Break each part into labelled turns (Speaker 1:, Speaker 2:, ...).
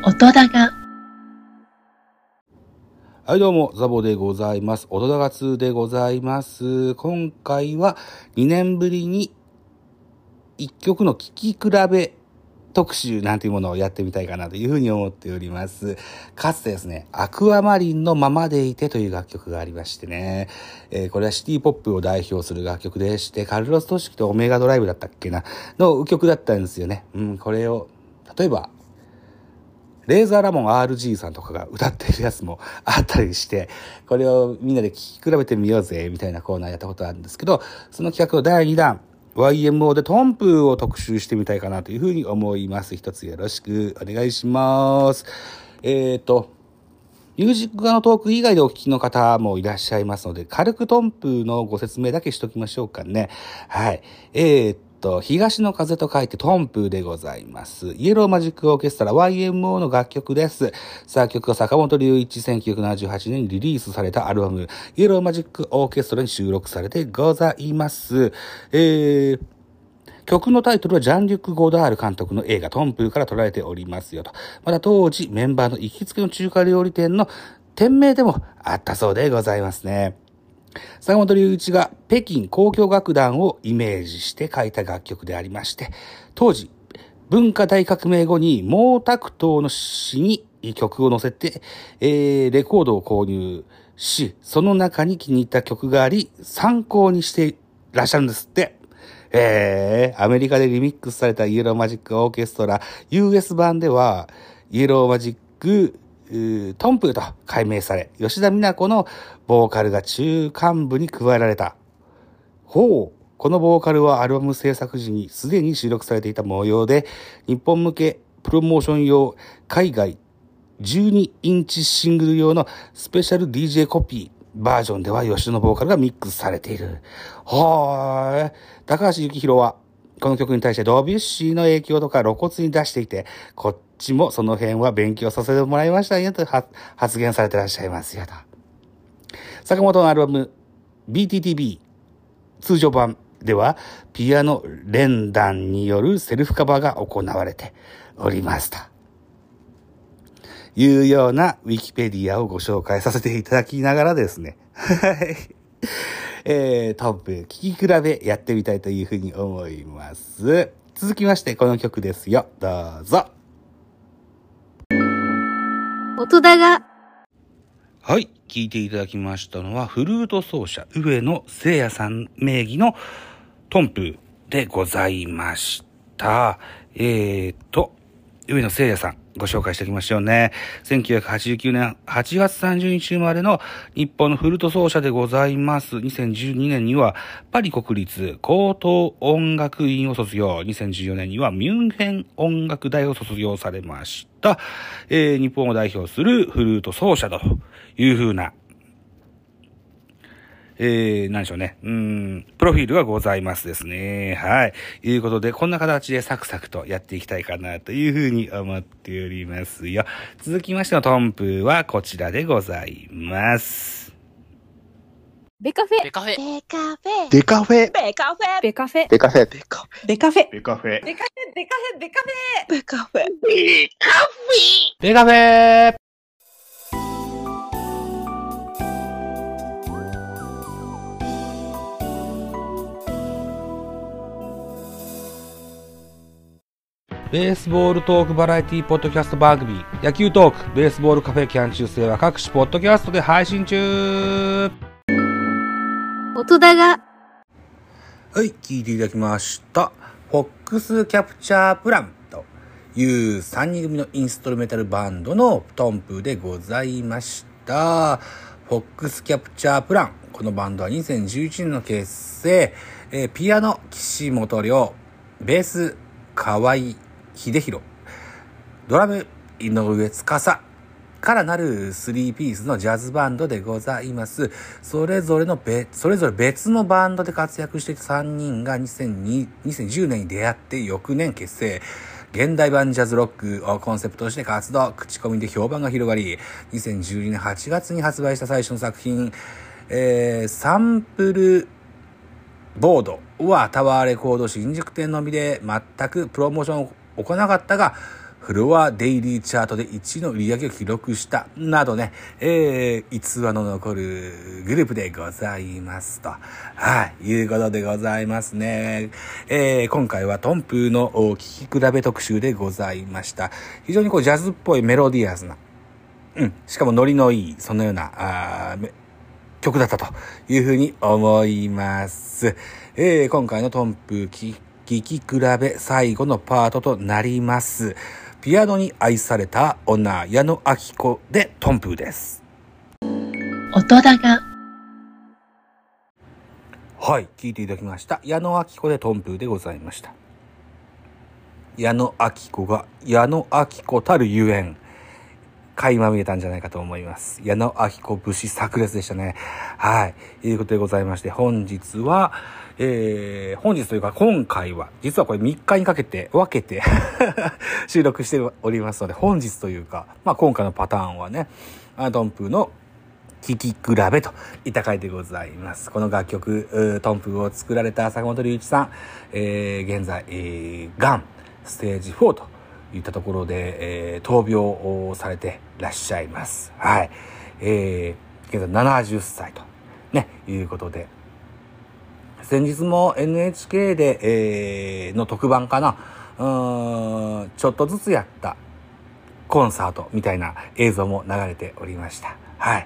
Speaker 1: 音高。
Speaker 2: はい、どうも、ザボでございます。音高2でございます。今回は2年ぶりに1曲の聴き比べ特集なんていうものをやってみたいかなというふうに思っております。かつてですね、アクアマリンのままでいてという楽曲がありましてね、これはシティポップを代表する楽曲でして、カルロス・トシキとオメガドライブだったっけな、の曲だったんですよね。これを、例えば、レーザーラモン RG さんとかが歌ってるやつもあったりして、これをみんなで聴き比べてみようぜ、みたいなコーナーやったことあるんですけど、その企画の第2弾、YMO でトンプを特集してみたいかなというふうに思います。一つよろしくお願いします。ミュージックのトーク以外でお聞きの方もいらっしゃいますので、軽くトンプのご説明だけしときましょうかね。はい。東の風と書いてトンプでございます。イエローマジックオーケストラ YMO の楽曲です。作曲は坂本龍一、1978年にリリースされたアルバムイエローマジックオーケストラに収録されてございます。曲のタイトルはジャン・リュック・ゴダール監督の映画トンプから取られておりますよと。また当時メンバーの行きつけの中華料理店の店名でもあったそうでございますね。坂本龍一が北京交響楽団をイメージして書いた楽曲でありまして、当時文化大革命後に毛沢東の詩に曲を載せて、レコードを購入し、その中に気に入った曲があり参考にしていらっしゃるんですって。アメリカでリミックスされたイエローマジックオーケストラ US 版ではイエローマジックトンプと改名され、吉田美奈子のボーカルが中間部に加えられた。このボーカルはアルバム制作時にすでに収録されていた模様で、日本向けプロモーション用海外12インチシングル用のスペシャル DJ コピーバージョンでは吉田のボーカルがミックスされている。高橋幸宏はこの曲に対してドビュッシーの影響とか露骨に出していて、こっちもその辺は勉強させてもらいましたよと発言されてらっしゃいますよと。坂本のアルバム BTTB 通常版ではピアノ連弾によるセルフカバーが行われておりますというようなウィキペディアをご紹介させていただきながらですね。トップ聴き比べやってみたいというふうに思います。続きましてこの曲ですよ。どうぞ。
Speaker 1: 音高。
Speaker 2: はい、聴いていただきましたのはフルート奏者上野聖也さん名義のトンプでございました。上野聖也さんご紹介しておきましょうね。1989年8月30日生まれの日本のフルート奏者でございます。2012年にはパリ国立高等音楽院を卒業。2014年にはミュンヘン音楽大を卒業されました。日本を代表するフルート奏者という風な何でしょうね。プロフィールがございますですね。はい。いうことで、こんな形でサクサクとやっていきたいかなというふうに思っておりますよ。続きましてのトンプはこちらでございます。
Speaker 3: ベカフェ。
Speaker 4: ベカフェ。
Speaker 5: ベカフェ。
Speaker 4: デカフェ。
Speaker 3: ベカフェ。
Speaker 5: ベカフェ。
Speaker 4: デカフェ。
Speaker 5: ベカフェ。
Speaker 3: ベカフェ。
Speaker 4: デカフェ。
Speaker 3: ベカフェ。ベカフェ。ベカフェ。
Speaker 5: ベカフェ。
Speaker 4: デカフェ。
Speaker 2: ベースボールトークバラエティポッドキャスト番組野球トークベースボールカフェキャン中世は各種ポッドキャストで配信中。
Speaker 1: 音高。
Speaker 2: はい、聞いていただきました。フォックスキャプチャープランという3人組のインストルメタルバンドのトンプでございました。フォックスキャプチャープラン。このバンドは2011年の結成。ピアノ岸本涼、ベース河合秀弘、ドラム井上司からなる3ピースのジャズバンドでございます。それぞれ別のバンドで活躍していた3人が2010年に出会って翌年結成。現代版ジャズロックをコンセプトとして活動。口コミで評判が広がり、2012年8月に発売した最初の作品、サンプルボードはタワーレコード新宿店のみで全くプロモーションを行わなかったが、 フロアデイリーチャートで1位の売り上げを記録したなどね、逸話の残るグループでございますと、はい、いうことでございますね。今回はトンプーの聴き比べ特集でございました。非常にジャズっぽいメロディアスな、しかもノリのいい、そのような曲だったというふうに思います。今回のトンプー聴き比べ最後のパートとなります。ピアノに愛された女、矢野顕子でトンプーです。
Speaker 5: 音高。
Speaker 2: はい、聴いていただきました。矢野顕子でトンプーでございました。矢野顕子が矢野顕子たるゆえん、垣間見えたんじゃないかと思います。矢野顕子節炸裂でしたね。はい。いうことでございまして、本日は、本日というか今回は、実はこれ3日にかけて、分けて収録しておりますので、本日というか、今回のパターンはね、トンプーの聴き比べといった回でございます。この楽曲、トンプーを作られた坂本龍一さん、現在、がん、ステージ4といったところで、闘病をされていらっしゃいます。はい。現在70歳と、ね、いうことで、先日も NHK で、の特番かな、ちょっとずつやったコンサートみたいな映像も流れておりました。はい。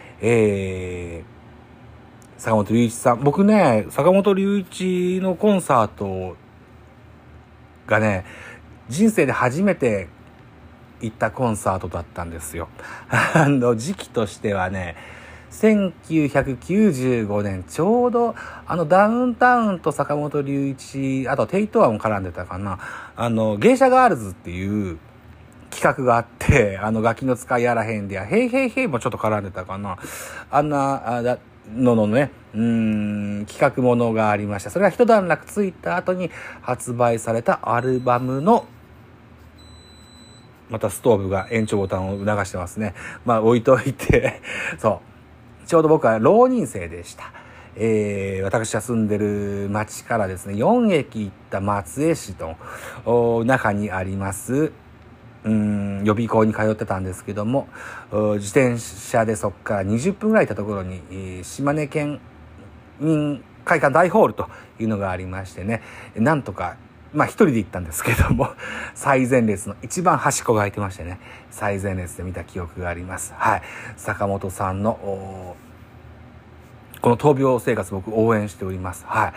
Speaker 2: 坂本龍一さん、僕ね、坂本龍一のコンサートがね、人生で初めて行ったコンサートだったんですよ。時期としてはね、1995年、ちょうど、ダウンタウンと坂本龍一、あとテイトワも絡んでたかな。芸者ガールズっていう企画があって、ガキの使いやらへんでや、ヘイヘイヘイもちょっと絡んでたかな。のね、企画ものがありました。それが一段落ついた後に発売されたアルバムの、またストーブが延長ボタンを促してますね。置いといて、そう。ちょうど僕は浪人生でした。私が住んでる町からですね、4駅行った松江市の中にあります、予備校に通ってたんですけども、自転車でそっから20分ぐらい行ったところに、島根県民会館大ホールというのがありましてね、なんとか、一人で行ったんですけども、最前列の一番端っこが空いてましてね、最前列で見た記憶があります。はい。坂本さんの、この闘病生活僕応援しております。はい。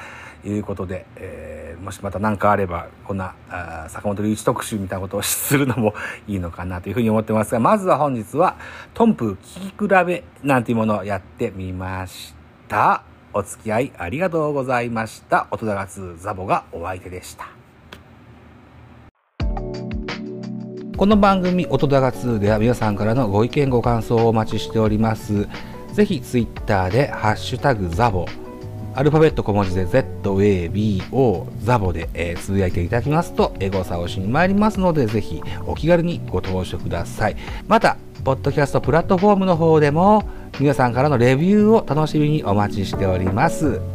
Speaker 2: いうことで、もしまた何かあれば、こんな、坂本龍一特集みたいなことをするのもいいのかなというふうに思ってますが、まずは本日は、トンプー聴き比べなんていうものをやってみました。お付き合いありがとうございました。音高2ザボがお相手でした。この番組音高2では皆さんからのご意見ご感想をお待ちしております。ぜひツイッターでハッシュタグザボ、アルファベット小文字で ZABO ザボで、つぶやいていただきますとエゴサをしに参りますので、ぜひお気軽にご投書ください。またポッドキャストプラットフォームの方でも皆さんからのレビューを楽しみにお待ちしております。